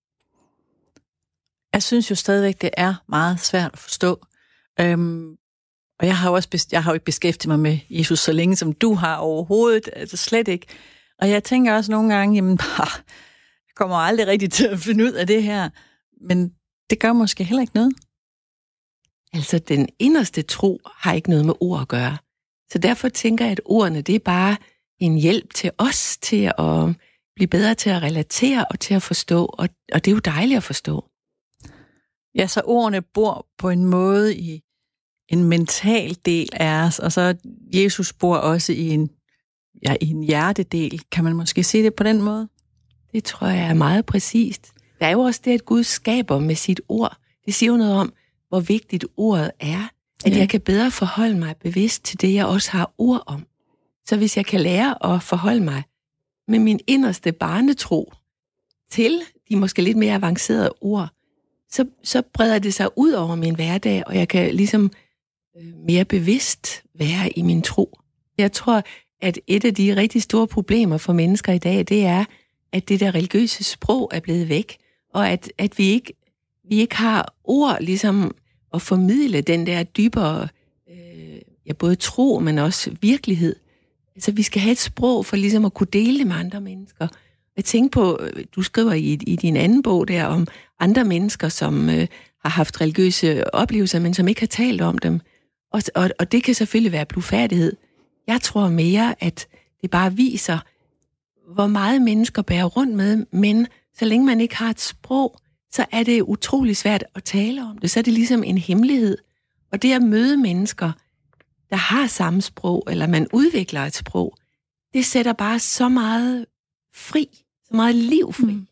Jeg synes jo stadigvæk, det er meget svært at forstå. Og jeg har jo ikke beskæftiget mig med Jesus så længe, som du har overhovedet. Altså slet ikke. Og jeg tænker også nogle gange, jamen, jeg kommer aldrig rigtig til at finde ud af det her. Men det gør måske heller ikke noget. Altså, den inderste tro har ikke noget med ord at gøre. Så derfor tænker jeg, at ordene, det er bare en hjælp til os til at blive bedre til at relatere og til at forstå. Og det er jo dejligt at forstå. Ja, så ordene bor på en måde i en mental del af os, og så Jesus bor også i en hjertedel. Kan man måske sige det på den måde? Det tror jeg er meget præcist. Der er jo også det, at Gud skaber med sit ord. Det siger jo noget om, hvor vigtigt ordet er. At jeg kan bedre forholde mig bevidst til det, jeg også har ord om. Så hvis jeg kan lære at forholde mig med min inderste barnetro til de måske lidt mere avancerede ord, så breder det sig ud over min hverdag, og jeg kan ligesom mere bevidst være i min tro. Jeg tror, at et af de rigtig store problemer for mennesker i dag, det er, at det der religiøse sprog er blevet væk, og at vi ikke har ord ligesom at formidle den der dybere, både tro, men også virkelighed. Altså vi skal have et sprog for ligesom at kunne dele det med andre mennesker. Jeg tænker på, du skriver i din anden bog der om andre mennesker, som har haft religiøse oplevelser, men som ikke har talt om dem. Og det kan selvfølgelig være blufærdighed. Jeg tror mere, at det bare viser, hvor meget mennesker bærer rundt med, men så længe man ikke har et sprog, så er det utrolig svært at tale om det. Så er det ligesom en hemmelighed. Og det at møde mennesker, der har samme sprog, eller man udvikler et sprog, det sætter bare så meget fri, så meget liv fri.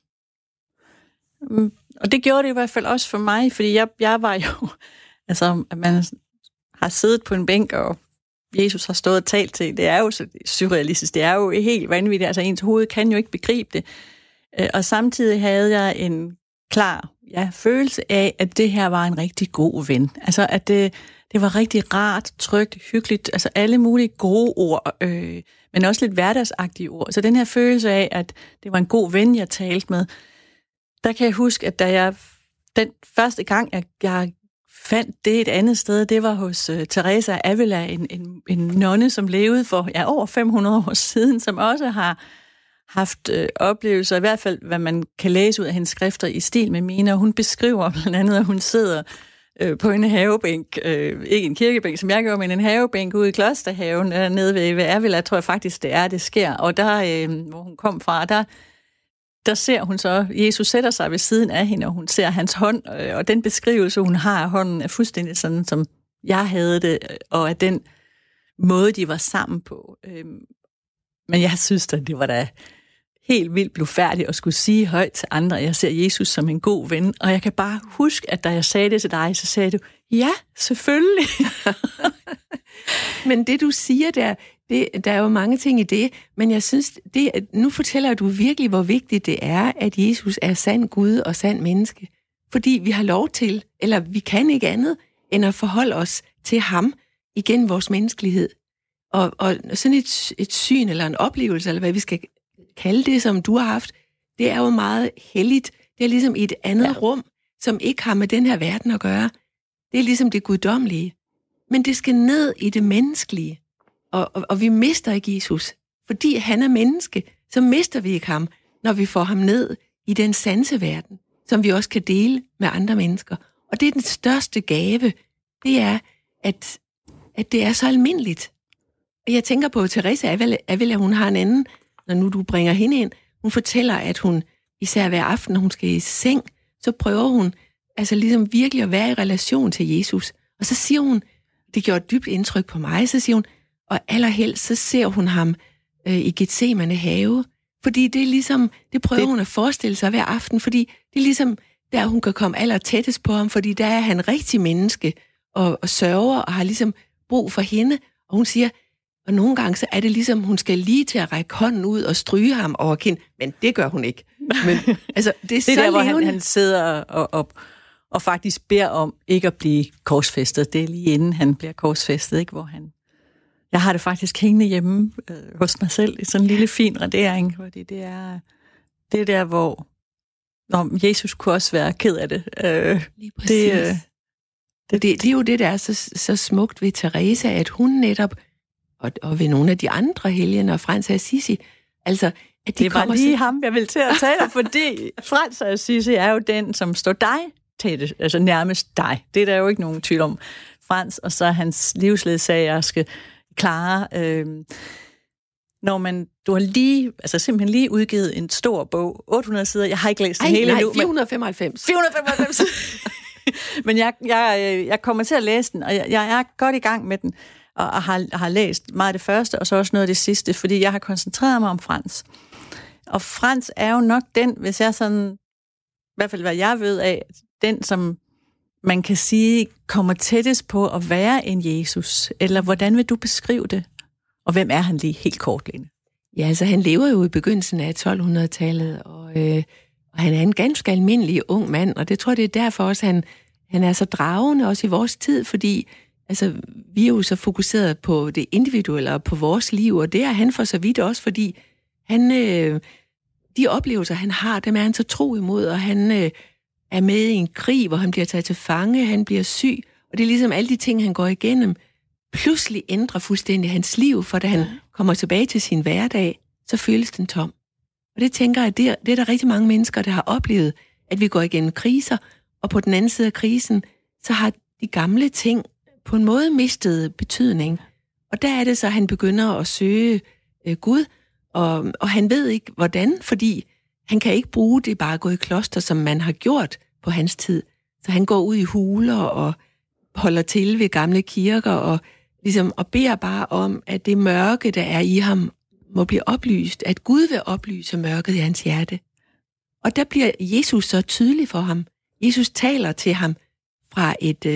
Og det gjorde det i hvert fald også for mig, fordi jeg var jo, altså at man har siddet på en bænk, og Jesus har stået og talt til, det er jo så surrealistisk, det er jo helt vanvittigt, altså ens hoved kan jo ikke begribe det. Og samtidig havde jeg en klar følelse af, at det her var en rigtig god ven. Altså at det var rigtig rart, trygt, hyggeligt, altså alle mulige gode ord, men også lidt hverdagsagtige ord. Så den her følelse af, at det var en god ven, jeg talte med, der kan jeg huske, at den første gang, jeg fandt det et andet sted, det var hos Teresa af Avila, en nonne, som levede for over 500 år siden, som også har haft oplevelser, i hvert fald hvad man kan læse ud af hendes skrifter i stil med mine, og hun beskriver blandt andet, at hun sidder på en havebænk, ikke en kirkebænk, som jeg gjorde, men en havebænk ude i Klosterhaven, nede ved Avila, tror jeg faktisk, det sker. Og der, hvor hun kom fra, der ser hun så, Jesus sætter sig ved siden af hende, og hun ser hans hånd, og den beskrivelse, hun har af hånden, er fuldstændig sådan, som jeg havde det, og at den måde, de var sammen på. Men jeg synes, at det var da helt vildt blufærdigt at skulle sige højt til andre, at jeg ser Jesus som en god ven. Og jeg kan bare huske, at da jeg sagde det til dig, så sagde du, ja, selvfølgelig. Men det, du siger der er jo mange ting i det, men jeg synes, nu fortæller du virkelig, hvor vigtigt det er, at Jesus er sand Gud og sand menneske. Fordi vi har lov til, eller vi kan ikke andet, end at forholde os til ham igennem vores menneskelighed. Og sådan et syn eller en oplevelse, eller hvad vi skal kalde det, som du har haft, det er jo meget helligt. Det er ligesom i et andet rum, som ikke har med den her verden at gøre. Det er ligesom det guddommelige. Men det skal ned i det menneskelige. Og vi mister ikke Jesus. Fordi han er menneske, så mister vi ikke ham, når vi får ham ned i den sanseverden, som vi også kan dele med andre mennesker. Og det er den største gave, det er, at det er så almindeligt. Og jeg tænker på, Teresa Avila, hun har en anden, når nu du bringer hende ind, hun fortæller, at hun især hver aften, når hun skal i seng, så prøver hun altså ligesom virkelig at være i relation til Jesus. Og så siger hun, det gjorde et dybt indtryk på mig, så siger hun, og allerhelst så ser hun ham i Getsemane have, fordi det er ligesom, det prøver hun at forestille sig hver aften, fordi det er ligesom, der hun kan komme aller tættest på ham, fordi der er han rigtig menneske, og sørger, og har ligesom brug for hende, og hun siger, og nogle gange så er det ligesom, hun skal lige til at række hånden ud og stryge ham over kind, men det gør hun ikke. Men, altså, det er så der, hvor han sidder og faktisk beder om ikke at blive korsfæstet. Det er lige inden han bliver korsfæstet, ikke? Hvor han... Jeg har det faktisk hængende hjemme hos mig selv i sådan en lille fin radering, fordi det er der, hvor Jesus kunne også være ked af det. Lige præcis. Det er jo det, der er så smukt ved Teresa, at hun netop, og ved nogle af de andre helgener, Frans af Assisi, altså, at det var lige ham, jeg ville til at tale, fordi Frans af Assisi er jo den, som står dig tæt, altså nærmest dig. Det er der jo ikke nogen tvivl om. Frans, og så hans livsledsagerske Clara. Du har simpelthen lige udgivet en stor bog, 800 sider. Jeg har ikke læst det hele nu. 495. 495. Men jeg kommer til at læse den, og jeg er godt i gang med den, og har læst meget af det første, og så også noget af det sidste, fordi jeg har koncentreret mig om Frans. Og Frans er jo nok den, hvis jeg sådan, i hvert fald hvad jeg ved af, den som man kan sige kommer tættest på at være en Jesus. Eller hvordan vil du beskrive det? Og hvem er han lige helt kort, Lene? Ja, altså han lever jo i begyndelsen af 1200-tallet, og han er en ganske almindelig ung mand, og det tror jeg, det er derfor også, han er så dragende også i vores tid, fordi altså, vi er jo så fokuseret på det individuelle og på vores liv, og det er han for så vidt også, fordi han, de oplevelser, han har, dem er han så tro imod, og han er med i en krig, hvor han bliver taget til fange, han bliver syg, og det er ligesom alle de ting, han går igennem, pludselig ændrer fuldstændig hans liv, for da han kommer tilbage til sin hverdag, så føles den tom. Og det tænker jeg, det er der rigtig mange mennesker, der har oplevet, at vi går igennem kriser, og på den anden side af krisen, så har de gamle ting på en måde mistet betydning. Og der er det så, at han begynder at søge Gud, og han ved ikke, hvordan, fordi han kan ikke bruge det bare at gå i kloster, som man har gjort på hans tid. Så han går ud i huler og holder til ved gamle kirker, og ligesom og beder bare om, at det mørke, der er i ham, må blive oplyst, at Gud vil oplyse mørket i hans hjerte. Og der bliver Jesus så tydelig for ham. Jesus taler til ham fra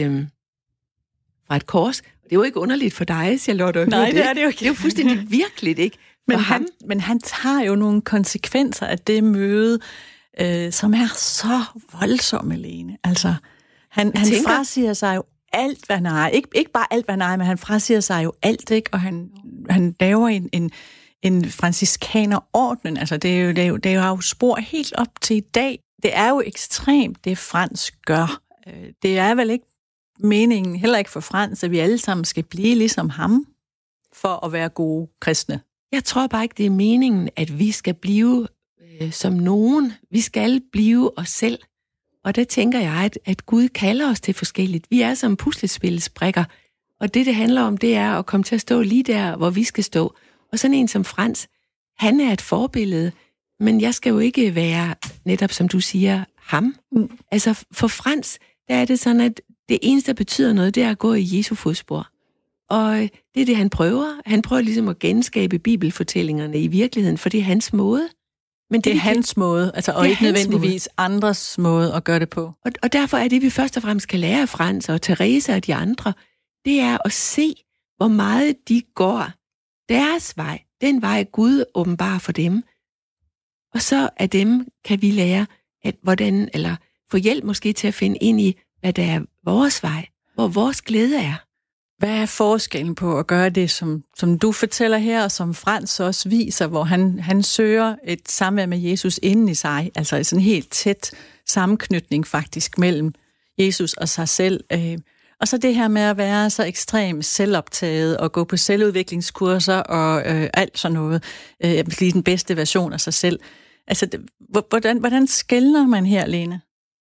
et kors. Og det er jo ikke underligt for dig, Charlotte. Nej, det er det jo ikke. Det er jo fuldstændig virkeligt, ikke? Men han tager jo nogle konsekvenser af det møde, som er så voldsomme, Lene. Altså, han frasiger sig jo alt, hvad han er. Ikke bare alt, hvad han er, men han frasiger sig jo alt, ikke? Og han laver en franciskanerorden. Altså, det er jo spor helt op til i dag. Det er jo ekstremt, det Frans gør. Det er vel ikke meningen, heller ikke for Frans, at vi alle sammen skal blive ligesom ham, for at være gode kristne. Jeg tror bare ikke, det er meningen, at vi skal blive som nogen. Vi skal blive os selv. Og der tænker jeg, at Gud kalder os til forskelligt. Vi er som puslespilsbrikker. Og det handler om, det er at komme til at stå lige der, hvor vi skal stå. Og sådan en som Frans, han er et forbillede, men jeg skal jo ikke være, netop som du siger, ham. Altså for Frans, der er det sådan, at det eneste, der betyder noget, det er at gå i Jesu fodspor. Og det er det, han prøver. Han prøver ligesom at genskabe bibelfortællingerne i virkeligheden, for det er hans måde. Men det er hans måde, altså, og ikke nødvendigvis andres måde at gøre det på. Og derfor er det, vi først og fremmest kan lære af Frans og Teresa og de andre, det er at se, hvor meget de går deres vej, den vej Gud åbenbarer for dem. Og så af dem kan vi lære, at hvordan, eller få hjælp måske til at finde ind i, hvad der er vores vej, hvor vores glæde er. Hvad er forskellen på at gøre det, som du fortæller her, og som Frans også viser, hvor han søger et samvær med Jesus inden i sig, altså sådan en helt tæt sammenknytning faktisk mellem Jesus og sig selv. Og så det her med at være så ekstremt selvoptaget og gå på selvudviklingskurser og alt sådan noget. Lige den bedste version af sig selv. Altså, hvordan skelner man her, Lene?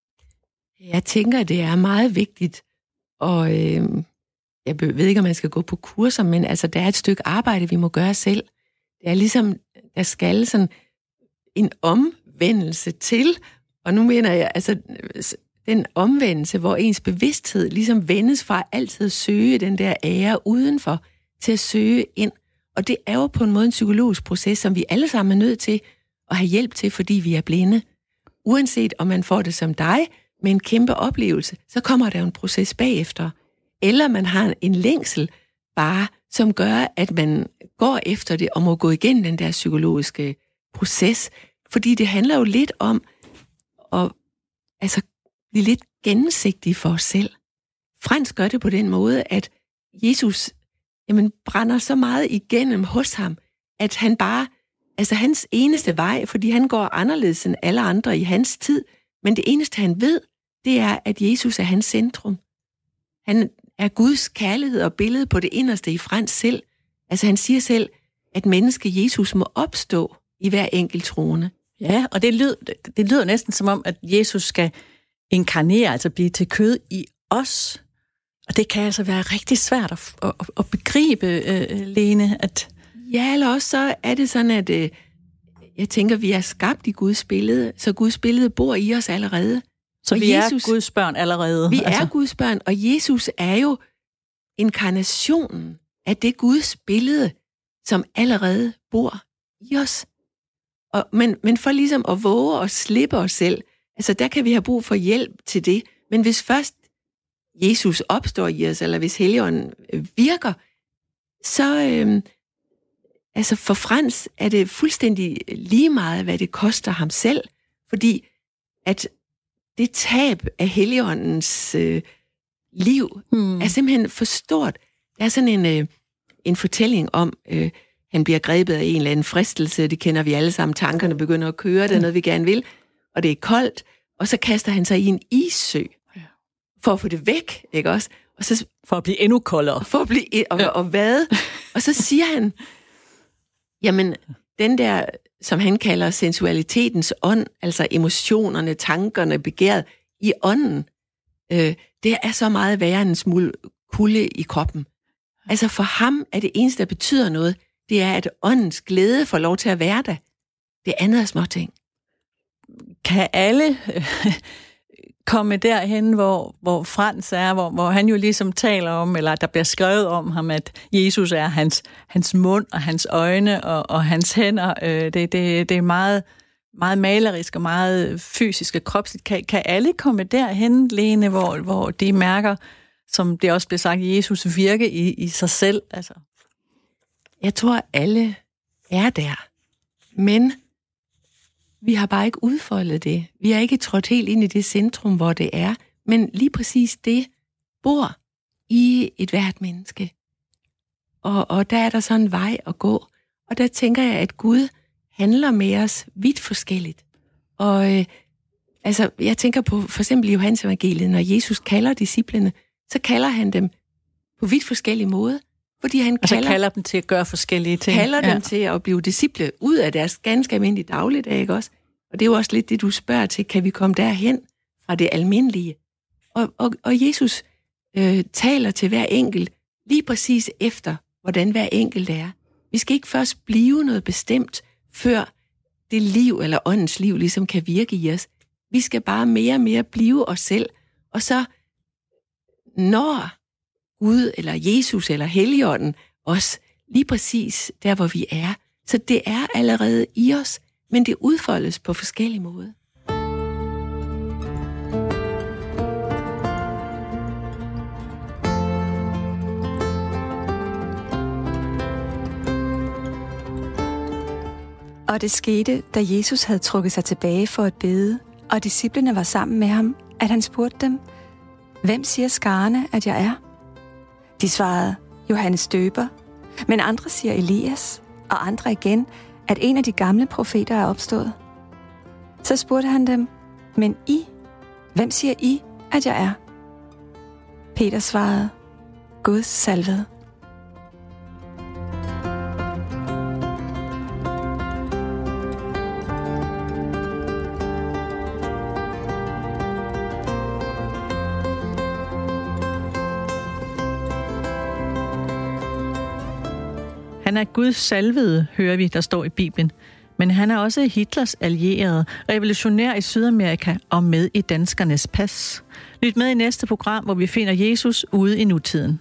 Jeg tænker, det er meget vigtigt, og jeg ved ikke, om man skal gå på kurser, men altså, der er et stykke arbejde, vi må gøre selv. Det er ligesom, der skal sådan en omvendelse til, og nu mener jeg, altså, den omvendelse, hvor ens bevidsthed ligesom vendes fra altid at søge den der ære udenfor, til at søge ind. Og det er jo på en måde en psykologisk proces, som vi alle sammen er nødt til at have hjælp til, fordi vi er blinde. Uanset om man får det som dig, med en kæmpe oplevelse, så kommer der jo en proces bagefter. Eller man har en længsel bare, som gør, at man går efter det og må gå igennem den der psykologiske proces. Fordi det handler jo lidt om at blive lidt gennemsigtig for os selv. Frans gør det på den måde, at Jesus brænder så meget igennem hos ham, at han bare, altså hans eneste vej, fordi han går anderledes end alle andre i hans tid, men det eneste han ved, det er, at Jesus er hans centrum. Han er Guds kærlighed og billede på det inderste i Frans selv. Altså han siger selv, at menneske Jesus må opstå i hver enkelt troende. Ja, og det lyder næsten som om, at Jesus skal inkarnere, altså blive til kød i os. Og det kan altså være rigtig svært at begribe, Lene. Ja, eller også så er det sådan, at jeg tænker, vi er skabt i Guds billede, så Guds billede bor i os allerede. Så vi er Guds børn allerede. Vi er Guds børn, og Jesus er jo inkarnationen af det Guds billede, som allerede bor i os. Men for ligesom at våge at slippe os selv, altså der kan vi have brug for hjælp til det. Men hvis først Jesus opstår i os, eller hvis Helligånden virker, så altså for Frans er det fuldstændig lige meget, hvad det koster ham selv. Fordi at det tab af Helligåndens liv er simpelthen for stort. Der er sådan en fortælling om, han bliver grebet af en eller anden fristelse, det kender vi alle sammen, tankerne begynder at køre, det er noget, vi gerne vil, og det er koldt, og så kaster han sig i en issø, for at få det væk, ikke også? Og så, for at blive endnu koldere. For at blive, og vade. Og så siger han, jamen, den der, som han kalder sensualitetens ånd, altså emotionerne, tankerne, begæret i ånden, det er så meget værre end en smule kulde i kroppen. Altså for ham er det eneste, der betyder noget, det er, at åndens glæde får lov til at være der. Det andet er småting. Kan alle komme derhen, hvor Frans er, hvor han jo ligesom taler om, eller der bliver skrevet om ham, at Jesus er hans mund og hans øjne og hans hænder. Det er meget, meget malerisk og meget fysisk og kropsligt. Kan alle komme derhen, Lene, hvor de mærker, som det også bliver sagt, Jesus virke i sig selv? Altså. Jeg tror, alle er der. Men vi har bare ikke udfoldet det. Vi har ikke trådt helt ind i det centrum, hvor det er. Men lige præcis det bor i et hvert menneske. Og der er der sådan en vej at gå. Og der tænker jeg, at Gud handler med os vidt forskelligt. Og altså, jeg tænker på for eksempel i Johannes evangeliet, når Jesus kalder disciplene, så kalder han dem på vidt forskellige måder. Fordi han kalder dem til at gøre forskellige ting. Kalder dem til at blive disciple ud af deres ganske almindelige dagligdag, ikke også? Og det er jo også lidt det, du spørger til, kan vi komme derhen fra det almindelige? Og Jesus taler til hver enkelt lige præcis efter, hvordan hver enkelt er. Vi skal ikke først blive noget bestemt, før det liv eller åndens liv ligesom kan virke i os. Vi skal bare mere og mere blive os selv. Og så når Gud eller Jesus eller Helligånden os lige præcis der, hvor vi er. Så det er allerede i os, men det udfoldes på forskellige måder. Og det skete, da Jesus havde trukket sig tilbage for at bede, og disciplene var sammen med ham, at han spurgte dem, hvem siger skarne, at jeg er? De svarede, Johannes Døber, men andre siger Elias, og andre igen, at en af de gamle profeter er opstået. Så spurgte han dem, men I? Hvem siger I, at jeg er? Peter svarede, Guds salvede. Han er Guds salvede, hører vi, der står i Bibelen. Men han er også Hitlers allierede, revolutionær i Sydamerika og med i danskernes pas. Lyt med i næste program, hvor vi finder Jesus ude i nutiden.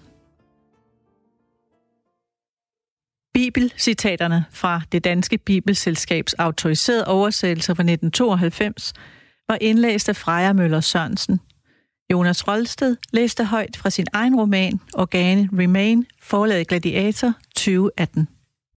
Bibelcitaterne fra det danske Bibelselskabs autoriserede oversættelser fra 1992 var indlæst af Freja Møller Sørensen. Jonas Rolsted læste højt fra sin egen roman, Organe Remain, forlaget Gladiator 2018.